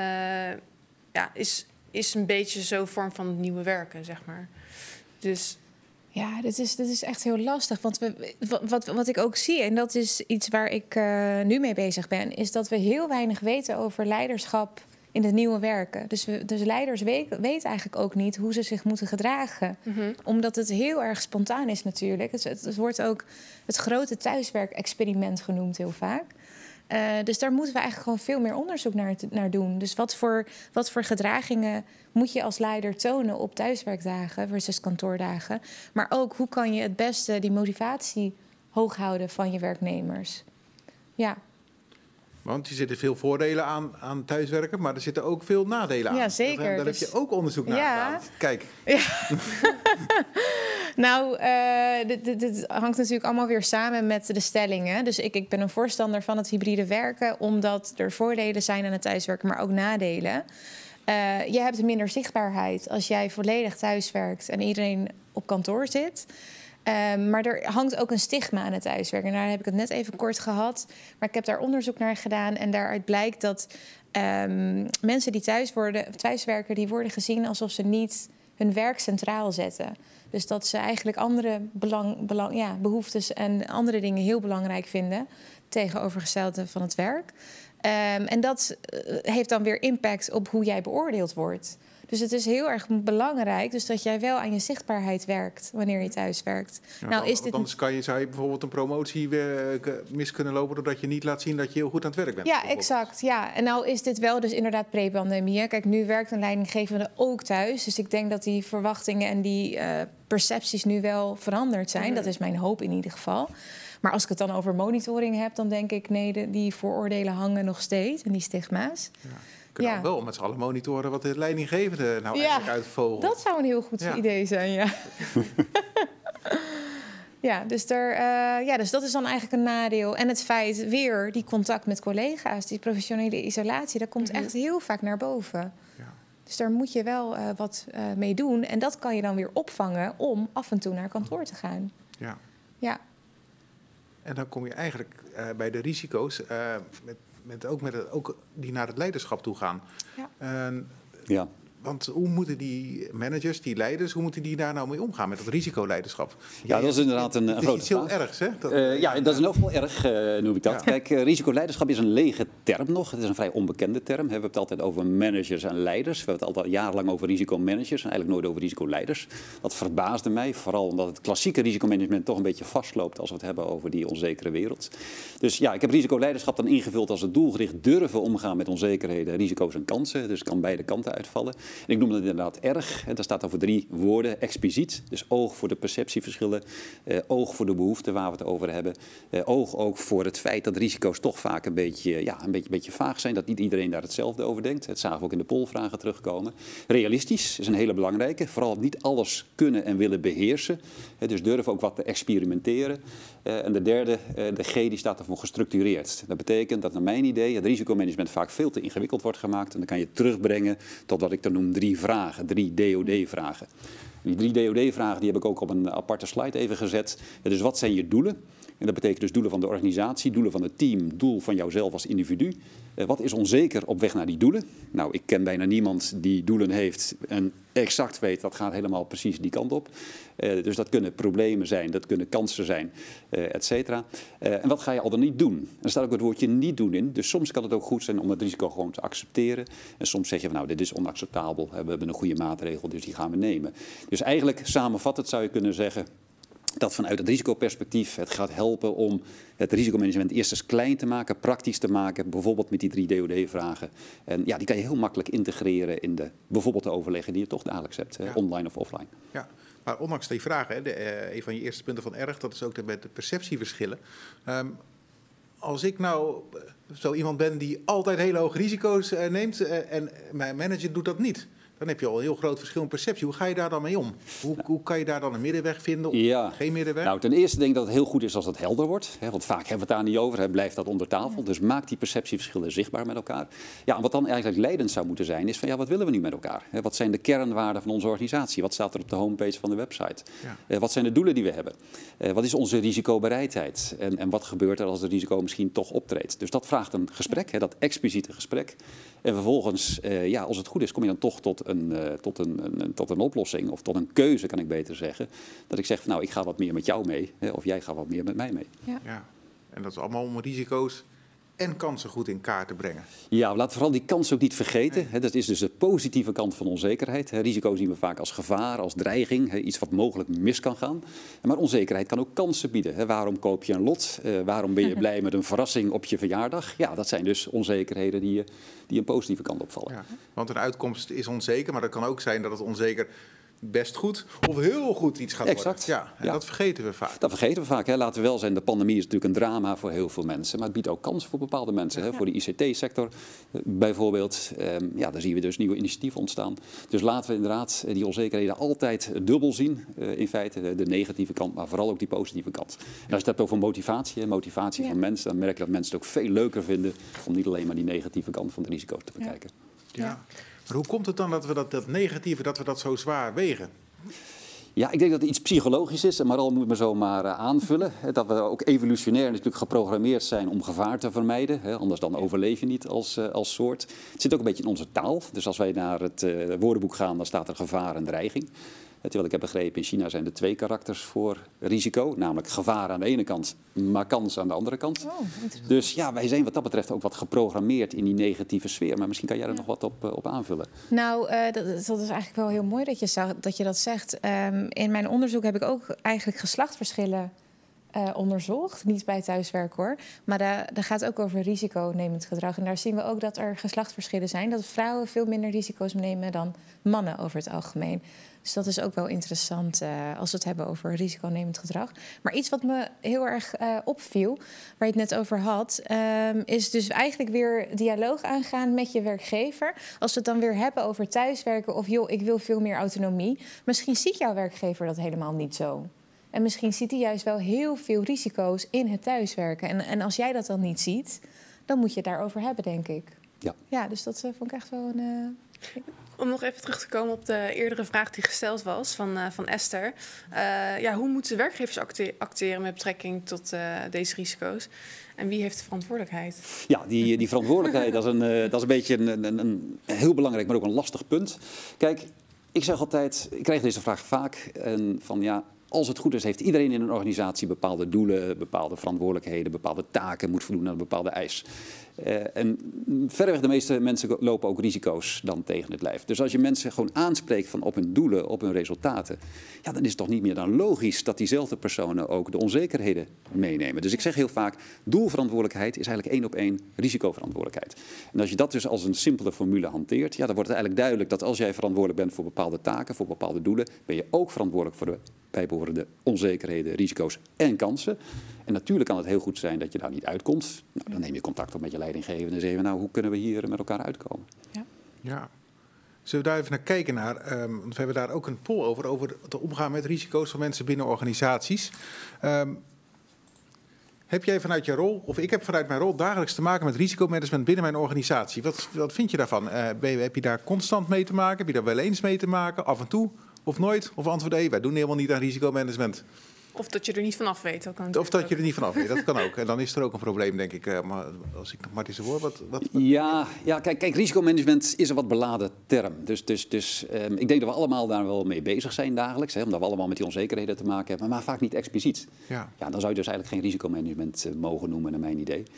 Is een beetje zo'n vorm van nieuwe werken, zeg maar. Dus ja, dit is echt heel lastig. Want wat ik ook zie, en dat is iets waar ik nu mee bezig ben, is dat we heel weinig weten over leiderschap in het nieuwe werken. Dus leiders weten eigenlijk ook niet hoe ze zich moeten gedragen. Omdat het heel erg spontaan is natuurlijk. Het wordt ook het grote thuiswerkexperiment genoemd heel vaak. Dus daar moeten we eigenlijk gewoon veel meer onderzoek naar doen. Dus wat voor gedragingen moet je als leider tonen op thuiswerkdagen versus kantoordagen? Maar ook, hoe kan je het beste die motivatie hoog houden van je werknemers? Ja. Want er zitten veel voordelen aan thuiswerken, maar er zitten ook veel nadelen aan. Ja, zeker. Daar heb je ook onderzoek naar gedaan. Kijk. Ja. Nou, dit hangt natuurlijk allemaal weer samen met de stellingen. Dus ik ben een voorstander van het hybride werken, omdat er voordelen zijn aan het thuiswerken, maar ook nadelen. Je hebt minder zichtbaarheid als jij volledig thuiswerkt en iedereen op kantoor zit. Maar er hangt ook een stigma aan het thuiswerken. En daar heb ik het net even kort gehad. Maar ik heb daar onderzoek naar gedaan. En daaruit blijkt dat mensen die thuiswerken, die worden gezien alsof ze niet hun werk centraal zetten. Dus dat ze eigenlijk andere behoeftes en andere dingen heel belangrijk vinden, tegenovergestelde van het werk. En dat heeft dan weer impact op hoe jij beoordeeld wordt. Dus het is heel erg belangrijk dat jij wel aan je zichtbaarheid werkt wanneer je thuis werkt. Ja, anders zou je bijvoorbeeld een promotie mis kunnen lopen doordat je niet laat zien dat je heel goed aan het werk bent. Ja, exact. Ja. En nou is dit wel dus inderdaad pre-pandemie. Kijk, nu werkt een leidinggevende ook thuis. Dus ik denk dat die verwachtingen en die percepties nu wel veranderd zijn. Dat is mijn hoop in ieder geval. Maar als ik het dan over monitoring heb, dan denk ik nee, die vooroordelen hangen nog steeds en die stigma's. Ja. Kunnen we wel met z'n allen monitoren wat de leidinggevende eigenlijk uitvogelt. Dat zou een heel goed idee zijn, ja. Dus dat is dan eigenlijk een nadeel. En het feit weer, die contact met collega's, die professionele isolatie, dat komt echt heel vaak naar boven. Ja. Dus daar moet je wel wat mee doen. En dat kan je dan weer opvangen om af en toe naar kantoor te gaan. Ja. En dan kom je eigenlijk bij de risico's, ook die naar het leiderschap toe gaan. Ja. Want hoe moeten die managers, die leiders, hoe moeten die daar nou mee omgaan met dat risicoleiderschap? Ja, dat is inderdaad een grote vraag. Dat is iets heel ergs, hè? Dat is in elk geval erg, noem ik dat. Ja. Kijk, risicoleiderschap is een lege term nog. Het is een vrij onbekende term. We hebben het altijd over managers en leiders. We hebben het altijd jarenlang over risicomanagers en eigenlijk nooit over risicoleiders. Dat verbaasde mij, vooral omdat het klassieke risicomanagement toch een beetje vastloopt als we het hebben over die onzekere wereld. Dus ja, ik heb risicoleiderschap dan ingevuld als het doelgericht durven omgaan met onzekerheden, risico's en kansen. Dus het kan beide kanten uitvallen. En ik noem dat inderdaad erg. Dat staat over 3 woorden. Expliciet, dus oog voor de perceptieverschillen. Oog voor de behoeften waar we het over hebben. Oog ook voor het feit dat risico's toch vaak een beetje een beetje vaag zijn, dat niet iedereen daar hetzelfde over denkt. Dat zagen we ook in de polvragen terugkomen. Realistisch is een hele belangrijke. Vooral niet alles kunnen en willen beheersen. Dus durven ook wat te experimenteren. En de derde, de G, die staat ervoor gestructureerd. Dat betekent dat naar mijn idee het risicomanagement vaak veel te ingewikkeld wordt gemaakt. En dan kan je terugbrengen tot wat ik dan noem 3 vragen, 3 DOD-vragen. Die 3 DOD-vragen die heb ik ook op een aparte slide even gezet. Dus wat zijn je doelen? En dat betekent dus doelen van de organisatie, doelen van het team, doel van jouzelf als individu. Wat is onzeker op weg naar die doelen? Nou, ik ken bijna niemand die doelen heeft en exact weet dat gaat helemaal precies die kant op. Dus dat kunnen problemen zijn, dat kunnen kansen zijn, et cetera. En wat ga je al dan niet doen? Er staat ook het woordje niet doen in. Dus soms kan het ook goed zijn om het risico gewoon te accepteren. En soms zeg je van nou, dit is onacceptabel. We hebben een goede maatregel, dus die gaan we nemen. Dus eigenlijk samenvattend zou je kunnen zeggen dat vanuit het risicoperspectief het gaat helpen om het risicomanagement eerst eens klein te maken, praktisch te maken, bijvoorbeeld met die 3 DOD-vragen. En ja, die kan je heel makkelijk integreren in bijvoorbeeld de overleggen die je toch dagelijks hebt, online of offline. Ja, maar ondanks die vragen, een van je eerste punten van erg, dat is ook met de perceptieverschillen. Als ik nou zo iemand ben die altijd hele hoge risico's neemt en mijn manager doet dat niet, dan heb je al een heel groot verschil in perceptie. Hoe ga je daar dan mee om? Hoe kan je daar dan een middenweg vinden of geen middenweg? Nou, ten eerste denk ik dat het heel goed is als het helder wordt. Want vaak hebben we het daar niet over. Blijft dat onder tafel. Dus maak die perceptieverschillen zichtbaar met elkaar. Ja, en wat dan eigenlijk leidend zou moeten zijn is van ja, wat willen we nu met elkaar? Wat zijn de kernwaarden van onze organisatie? Wat staat er op de homepage van de website? Ja. Wat zijn de doelen die we hebben? Wat is onze risicobereidheid? En wat gebeurt er als het risico misschien toch optreedt? Dus dat vraagt een gesprek, dat expliciete gesprek. En vervolgens, als het goed is, kom je dan toch tot een oplossing of tot een keuze, kan ik beter zeggen. Dat ik zeg, van, nou, ik ga wat meer met jou mee of jij gaat wat meer met mij mee. Ja. En dat is allemaal om risico's en kansen goed in kaart te brengen. Ja, laten we vooral die kansen ook niet vergeten. Dat is dus de positieve kant van onzekerheid. Risico's zien we vaak als gevaar, als dreiging, iets wat mogelijk mis kan gaan. Maar onzekerheid kan ook kansen bieden. Waarom koop je een lot? Waarom ben je blij met een verrassing op je verjaardag? Ja, dat zijn dus onzekerheden die een positieve kant opvallen. Ja, want een uitkomst is onzeker, maar dat kan ook zijn dat het onzeker best goed of heel goed iets gaat exact. worden. Ja, dat vergeten we vaak. Dat vergeten we vaak. Laten we wel zijn, de pandemie is natuurlijk een drama voor heel veel mensen. Maar het biedt ook kansen voor bepaalde mensen. Ja. Voor de ICT-sector bijvoorbeeld. Daar zien we dus nieuwe initiatieven ontstaan. Dus laten we inderdaad die onzekerheden altijd dubbel zien. In feite de negatieve kant, maar vooral ook die positieve kant. En als je het hebt over motivatie van mensen, dan merk je dat mensen het ook veel leuker vinden om niet alleen maar die negatieve kant van de risico's te bekijken. Ja. Maar hoe komt het dan dat we dat negatieve, dat we dat zo zwaar wegen? Ja, ik denk dat het iets psychologisch is. En Maral moet me zo maar aanvullen. Dat we ook evolutionair natuurlijk geprogrammeerd zijn om gevaar te vermijden. Anders dan overleef je niet als soort. Het zit ook een beetje in onze taal. Dus als wij naar het woordenboek gaan, dan staat er gevaar en dreiging. Terwijl ik heb begrepen, in China zijn er 2 karakters voor risico. Namelijk gevaar aan de ene kant, maar kans aan de andere kant. Dus ja, wij zijn wat dat betreft ook wat geprogrammeerd in die negatieve sfeer. Maar misschien kan jij er nog wat op aanvullen. Nou, dat is eigenlijk wel heel mooi dat je dat zegt. In mijn onderzoek heb ik ook eigenlijk geslachtsverschillen onderzocht. Niet bij thuiswerk hoor. Maar daar gaat ook over risiconemend gedrag. En daar zien we ook dat er geslachtsverschillen zijn. Dat vrouwen veel minder risico's nemen dan mannen over het algemeen. Dus dat is ook wel interessant als we het hebben over risiconemend gedrag. Maar iets wat me heel erg opviel, waar je het net over had, is dus eigenlijk weer dialoog aangaan met je werkgever. Als we het dan weer hebben over thuiswerken of joh, ik wil veel meer autonomie. Misschien ziet jouw werkgever dat helemaal niet zo. En misschien ziet hij juist wel heel veel risico's in het thuiswerken. En als jij dat dan niet ziet, dan moet je het daarover hebben, denk ik. Ja, dus dat vond ik echt wel een... Om nog even terug te komen op de eerdere vraag die gesteld was van Esther. Hoe moeten werkgevers acteren met betrekking tot deze risico's? En wie heeft de verantwoordelijkheid? Ja, die verantwoordelijkheid, dat is een beetje een heel belangrijk, maar ook een lastig punt. Kijk, ik zeg altijd, ik krijg deze vraag vaak. Als het goed is, heeft iedereen in een organisatie bepaalde doelen, bepaalde verantwoordelijkheden, bepaalde taken, moet voldoen aan een bepaalde eis. En verreweg de meeste mensen lopen ook risico's dan tegen het lijf. Dus als je mensen gewoon aanspreekt op hun doelen, op hun resultaten, ja, dan is het toch niet meer dan logisch dat diezelfde personen ook de onzekerheden meenemen. Dus ik zeg heel vaak, doelverantwoordelijkheid is eigenlijk 1-op-1 risicoverantwoordelijkheid. En als je dat dus als een simpele formule hanteert, ja, dan wordt het eigenlijk duidelijk dat als jij verantwoordelijk bent voor bepaalde taken, voor bepaalde doelen, ben je ook verantwoordelijk voor de bijbehorende bijbehorende onzekerheden, risico's en kansen. En natuurlijk kan het heel goed zijn dat je daar niet uitkomt. Nou, dan neem je contact op met je leidinggevende en zeggen we, nou, hoe kunnen we hier met elkaar uitkomen? Ja. Zullen we daar even naar kijken? Want we hebben daar ook een poll over het omgaan met risico's van mensen binnen organisaties. Heb jij vanuit je rol, of ik heb vanuit mijn rol dagelijks te maken met risicomanagement binnen mijn organisatie? Wat vind je daarvan? Heb je daar constant mee te maken? Heb je daar wel eens mee te maken? Af en toe? Of nooit? Of antwoord E, wij doen helemaal niet aan risicomanagement. Of dat je er niet vanaf weet. Of dat je er niet vanaf weet, dat kan ook. En dan is er ook een probleem, denk ik. Maar als ik nog maar eens hoor, wat... Ja, kijk, risicomanagement is een wat beladen term. Dus ik denk dat we allemaal daar wel mee bezig zijn dagelijks. Hè, omdat we allemaal met die onzekerheden te maken hebben. Maar vaak niet expliciet. Ja, dan zou je dus eigenlijk geen risicomanagement mogen noemen, naar mijn idee.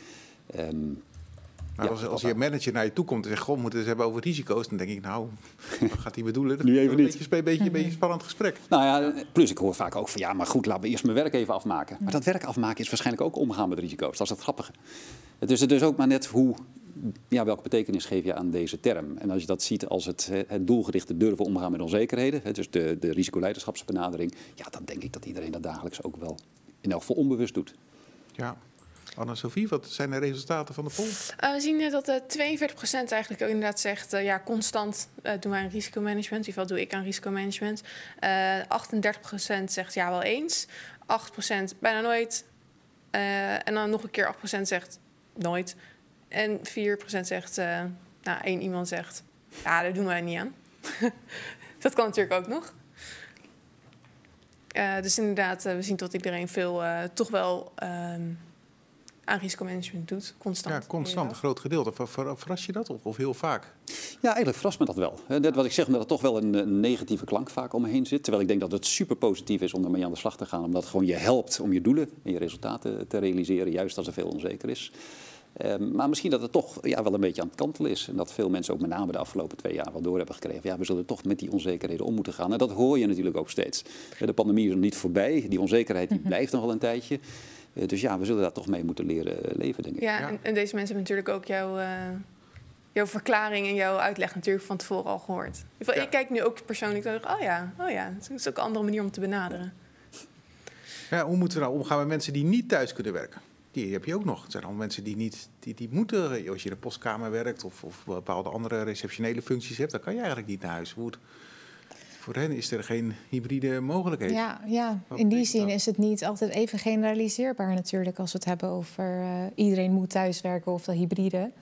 Maar als je manager naar je toe komt en zegt, goh, we moeten het eens hebben over risico's, dan denk ik, nou, wat gaat hij bedoelen? Nu even niet. Een beetje een spannend gesprek. Nou ja, plus ik hoor vaak ook van, ja, maar goed, laten we eerst mijn werk even afmaken. Maar dat werk afmaken is waarschijnlijk ook omgaan met risico's. Dat is het grappige. Het is dus ook maar net welke betekenis geef je aan deze term. En als je dat ziet als het doelgerichte durven omgaan met onzekerheden, dus de risicoleiderschapsbenadering, ja, dan denk ik dat iedereen dat dagelijks ook wel in elk geval onbewust doet. Ja. Anne-Sophie, wat zijn de resultaten van de poll? We zien dat 42% eigenlijk ook inderdaad zegt, constant doen wij aan risicomanagement. In ieder geval doe ik aan risicomanagement. 38% zegt ja, wel eens. 8% bijna nooit. En dan nog een keer 8% zegt nooit. En 4% zegt, één iemand zegt, ja, daar doen wij niet aan. Dat kan natuurlijk ook nog. Dus inderdaad, we zien dat iedereen veel toch wel... aan risicomanagement doet, constant. Ja, constant, een groot gedeelte. Verras je dat of heel vaak? Ja, eigenlijk verrast me dat wel. Net wat ik zeg, omdat er toch wel een negatieve klank vaak omheen zit. Terwijl ik denk dat het super positief is om ermee aan de slag te gaan. Omdat het gewoon je helpt om je doelen en je resultaten te realiseren. Juist als er veel onzeker is. Maar misschien dat het toch wel een beetje aan het kantelen is. En dat veel mensen ook met name de afgelopen 2 jaar wel door hebben gekregen. Ja, we zullen toch met die onzekerheden om moeten gaan. En dat hoor je natuurlijk ook steeds. De pandemie is nog niet voorbij. Die onzekerheid die blijft nog wel een tijdje. Dus ja, we zullen daar toch mee moeten leren leven, denk ik. Ja, en deze mensen hebben natuurlijk ook jouw verklaring en jouw uitleg natuurlijk van tevoren al gehoord. Ik kijk nu ook persoonlijk en denk, oh ja, dat is ook een andere manier om te benaderen. Ja, hoe moeten we nou omgaan met mensen die niet thuis kunnen werken? Die heb je ook nog. Het zijn allemaal mensen die moeten, als je in een postkamer werkt of bepaalde andere receptionele functies hebt, dan kan je eigenlijk niet naar huis. Voor hen is er geen hybride mogelijkheid. Ja. In die zin is het niet altijd even generaliseerbaar natuurlijk als we het hebben over iedereen moet thuiswerken of dat hybride.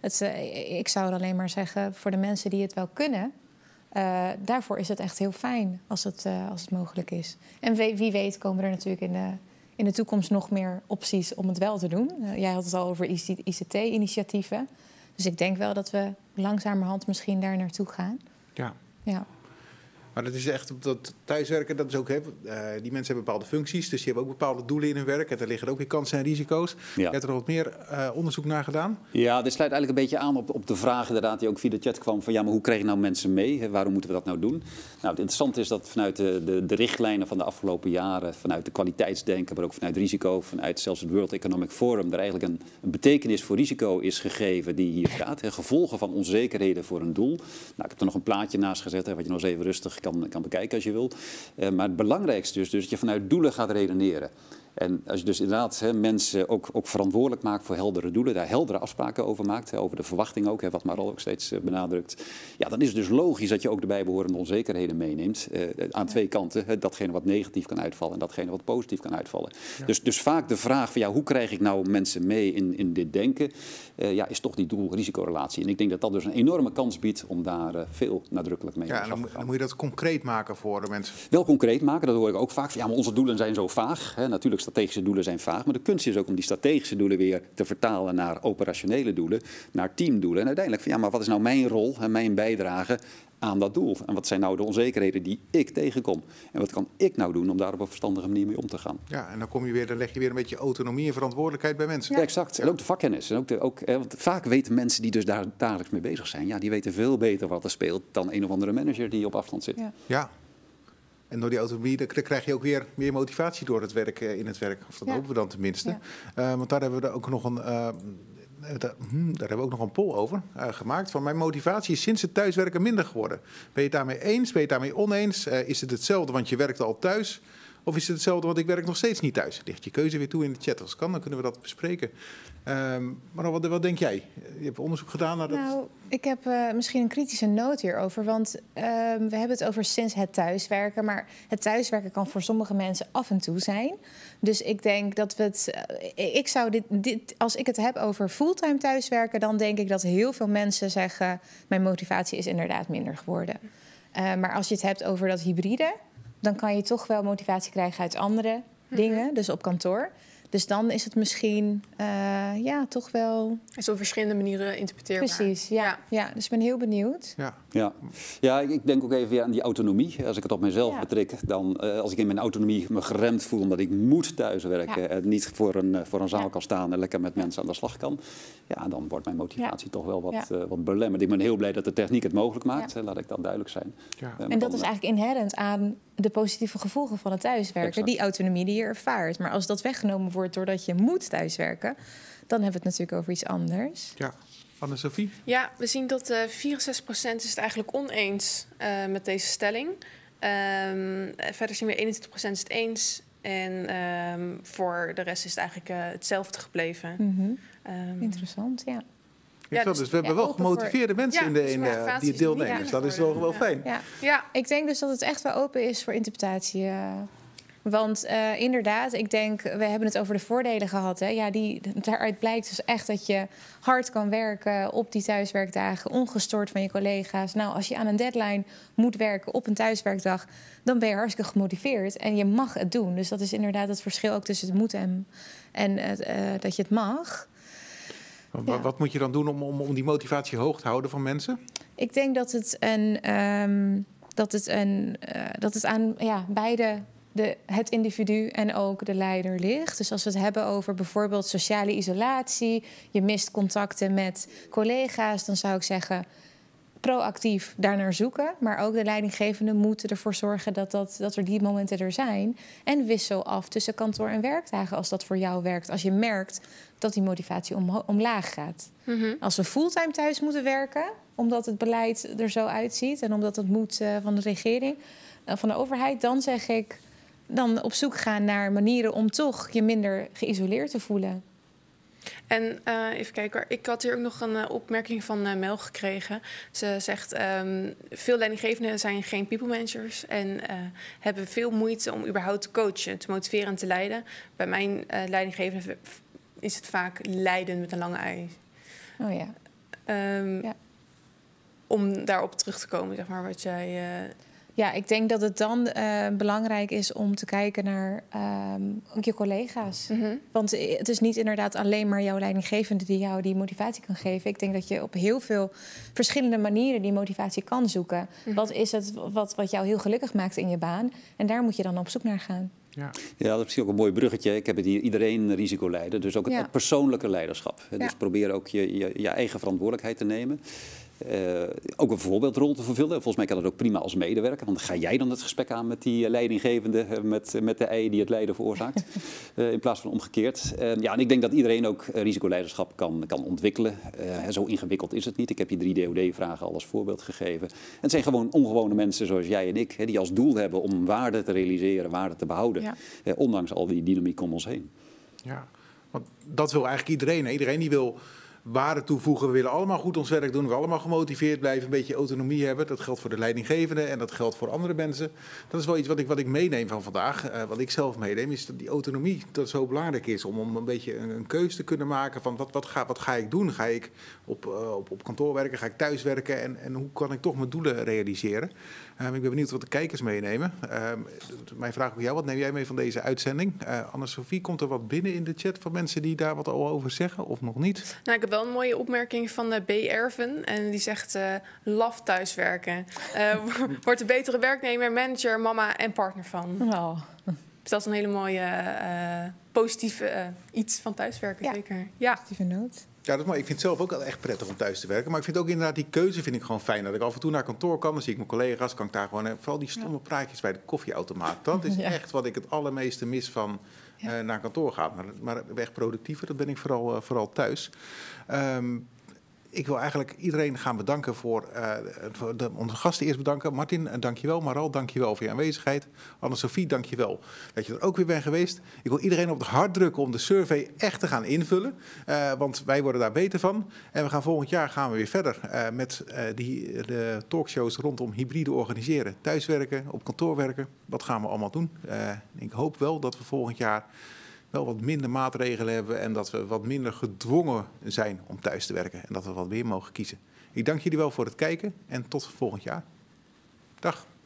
Ik zou alleen maar zeggen, voor de mensen die het wel kunnen, daarvoor is het echt heel fijn als het mogelijk is. En wie weet komen er natuurlijk in de toekomst nog meer opties om het wel te doen. Jij had het al over ICT-initiatieven. Dus ik denk wel dat we langzamerhand misschien daar naartoe gaan. Ja. Maar dat is echt, dat thuiswerken, dat is ook, die mensen hebben bepaalde functies, dus die hebben ook bepaalde doelen in hun werk. En daar liggen ook weer kansen en risico's. Ja. Je hebt er nog wat meer onderzoek naar gedaan? Ja, dit sluit eigenlijk een beetje aan op de vraag inderdaad die ook via de chat kwam van ja, maar hoe krijg je nou mensen mee? Waarom moeten we dat nou doen? Nou, het interessante is dat vanuit de richtlijnen van de afgelopen jaren, vanuit de kwaliteitsdenken, maar ook vanuit risico, vanuit zelfs het World Economic Forum, er eigenlijk een betekenis voor risico is gegeven die hier staat. Gevolgen van onzekerheden voor een doel. Nou, ik heb er nog een plaatje naast gezet, wat je nog eens even rustig kan bekijken als je wil. Maar het belangrijkste is dus dat je vanuit doelen gaat redeneren. En als je dus inderdaad mensen ook verantwoordelijk maakt voor heldere doelen, daar heldere afspraken over maakt, over de verwachting ook, wat Marol ook steeds benadrukt, ja, dan is het dus logisch dat je ook de bijbehorende onzekerheden meeneemt aan twee kanten. Datgene wat negatief kan uitvallen en datgene wat positief kan uitvallen. Ja. Dus vaak de vraag van hoe krijg ik nou mensen mee in dit denken, is toch die doel-risicorelatie. En ik denk dat dat dus een enorme kans biedt om daar veel nadrukkelijk mee aan te gaan. Dan moet je dat concreet maken voor de mensen. Wel concreet maken, dat hoor ik ook vaak. Van, maar onze doelen zijn zo vaag. Natuurlijk, strategische doelen zijn vaag. Maar de kunst is ook om die strategische doelen weer te vertalen naar operationele doelen, naar teamdoelen. En uiteindelijk van maar wat is nou mijn rol en mijn bijdrage aan dat doel? En wat zijn nou de onzekerheden die ik tegenkom? En wat kan ik nou doen om daar op een verstandige manier mee om te gaan? Ja, en dan leg je weer een beetje autonomie en verantwoordelijkheid bij mensen. Ja, exact. En ook de vakkennis. En want vaak weten mensen die dus daar dagelijks mee bezig zijn, die weten veel beter wat er speelt dan een of andere manager die op afstand zit. Ja. En door die autonomie krijg je ook weer meer motivatie door het werk in het werk. Of dat hopen we dan tenminste. Ja. Want daar hebben we ook nog een poll over gemaakt. Van mijn motivatie is sinds het thuiswerken minder geworden. Ben je het daarmee eens? Ben je het daarmee oneens? Is het hetzelfde, want je werkt al thuis? Of is het hetzelfde, want ik werk nog steeds niet thuis? Ligt je keuze weer toe in de chat. Als het kan, dan kunnen we dat bespreken. Maar wat denk jij? Je hebt onderzoek gedaan naar dat... Nou, ik heb misschien een kritische noot hierover. Want we hebben het over sinds het thuiswerken. Maar het thuiswerken kan voor sommige mensen af en toe zijn. Dus ik denk dat we het... ik zou als ik het heb over fulltime thuiswerken... dan denk ik dat heel veel mensen zeggen... mijn motivatie is inderdaad minder geworden. Maar als je het hebt over dat hybride... dan kan je toch wel motivatie krijgen uit andere dingen. Dus op kantoor. Dus dan is het misschien toch wel... Zo op verschillende manieren interpreteerbaar. Precies, ja. Dus ik ben heel benieuwd. Ja, ik denk ook even aan die autonomie. Als ik het op mezelf betrek, dan als ik in mijn autonomie me geremd voel... omdat ik moet thuiswerken en niet voor een zaal kan staan... en lekker met mensen aan de slag kan... ja, dan wordt mijn motivatie toch wel wat belemmerd. Ik ben heel blij dat de techniek het mogelijk maakt. Laat ik dat duidelijk zijn. Ja. En dat is eigenlijk inherent aan de positieve gevolgen van het thuiswerken. Exact. Die autonomie die je ervaart. Maar als dat weggenomen wordt doordat je moet thuiswerken... dan hebben we het natuurlijk over iets anders. Ja. Anne-Sophie? Ja, we zien dat 64% is het eigenlijk oneens met deze stelling. Verder zien we 21% is het eens. En voor de rest is het eigenlijk hetzelfde gebleven. Interessant, ja. Dus we hebben wel gemotiveerde mensen in die deelnemen. Dus dat is wel fijn. Ja, ik denk dus dat het echt wel open is voor interpretatie. Want inderdaad, ik denk, we hebben het over de voordelen gehad. Hè? Ja, daaruit blijkt dus echt dat je hard kan werken op die thuiswerkdagen, ongestoord van je collega's. Nou, als je aan een deadline moet werken op een thuiswerkdag, dan ben je hartstikke gemotiveerd en je mag het doen. Dus dat is inderdaad het verschil ook tussen het moeten en dat je het mag. Wat moet je dan doen om die motivatie hoog te houden van mensen? Ik denk dat het aan beide het individu en ook de leider ligt. Dus als we het hebben over bijvoorbeeld sociale isolatie, je mist contacten met collega's, dan zou ik zeggen proactief daarnaar zoeken. Maar ook de leidinggevenden moeten ervoor zorgen dat er die momenten er zijn. En wissel af tussen kantoor en werkdagen als dat voor jou werkt. Als je merkt dat die motivatie omlaag gaat. Als we fulltime thuis moeten werken, omdat het beleid er zo uitziet en omdat het moet van de regering, van de overheid, dan zeg ik dan op zoek gaan naar manieren om toch je minder geïsoleerd te voelen. En even kijken, ik had hier ook nog een opmerking van Mel gekregen. Ze zegt, veel leidinggevenden zijn geen people managers en hebben veel moeite om überhaupt te coachen, te motiveren en te leiden. Bij mijn leidinggevende is het vaak leiden met een lange ei. Oh ja. Om daarop terug te komen, zeg maar, wat jij... Ja, ik denk dat het dan belangrijk is om te kijken naar ook je collega's. Want het is niet inderdaad alleen maar jouw leidinggevende die jou die motivatie kan geven. Ik denk dat je op heel veel verschillende manieren die motivatie kan zoeken. Wat is het wat jou heel gelukkig maakt in je baan? En daar moet je dan op zoek naar gaan. Ja, dat is misschien ook een mooi bruggetje. Ik heb het hier iedereen risicoleider. Dus ook het persoonlijke leiderschap. Dus probeer ook je eigen verantwoordelijkheid te nemen. Ook een voorbeeldrol te vervullen. Volgens mij kan dat ook prima als medewerker. Want dan ga jij dan het gesprek aan met die leidinggevende, met de ei die het lijden veroorzaakt. In plaats van omgekeerd. En ik denk dat iedereen ook risicoleiderschap kan ontwikkelen. Zo ingewikkeld is het niet. Ik heb je 3 DoD-vragen al als voorbeeld gegeven. En het zijn gewoon ongewone mensen zoals jij en ik, die als doel hebben om waarde te realiseren, waarde te behouden. Ondanks al die dynamiek om ons heen. Ja, want dat wil eigenlijk iedereen. Hè? Iedereen die wil waarde toevoegen. We willen allemaal goed ons werk doen. We willen allemaal gemotiveerd blijven, een beetje autonomie hebben. Dat geldt voor de leidinggevende en dat geldt voor andere mensen. Dat is wel iets wat ik meeneem van vandaag. Wat ik zelf meeneem is dat die autonomie dat zo belangrijk is. Om een beetje een keuze te kunnen maken van wat ga ik doen? Ga ik op kantoor werken? Ga ik thuis werken? En hoe kan ik toch mijn doelen realiseren? Ik ben benieuwd wat de kijkers meenemen. Mijn vraag op jou, wat neem jij mee van deze uitzending? Anne-Sophie, komt er wat binnen in de chat van mensen die daar wat al over zeggen of nog niet? Nou, ik heb wel een mooie opmerking van B. Erven. En die zegt, laf thuiswerken. Wordt een betere werknemer, manager, mama en partner van. Oh. Dus dat is een hele mooie positieve iets van thuiswerken, zeker. Ja, positieve noot. Ja, dat is mooi. Ik vind het zelf ook wel echt prettig om thuis te werken. Maar ik vind ook inderdaad die keuze vind ik gewoon fijn. Dat ik af en toe naar kantoor kan, dan zie ik mijn collega's, kan ik daar gewoon... Vooral die stomme praatjes bij de koffieautomaat. Dat is echt wat ik het allermeeste mis van naar kantoor gaan. Maar echt productiever, dat ben ik vooral thuis. ik wil eigenlijk iedereen gaan bedanken onze gasten eerst bedanken. Martin, dankjewel. Maral, dankjewel voor je aanwezigheid. Anne-Sophie, dankjewel dat je er ook weer bent geweest. Ik wil iedereen op het hart drukken om de survey echt te gaan invullen. Want wij worden daar beter van. En we gaan volgend jaar weer verder met de talkshows rondom hybride organiseren. Thuiswerken, op kantoor werken. Wat gaan we allemaal doen? Ik hoop wel dat we volgend jaar wel wat minder maatregelen hebben en dat we wat minder gedwongen zijn om thuis te werken en dat we wat meer mogen kiezen. Ik dank jullie wel voor het kijken en tot volgend jaar. Dag.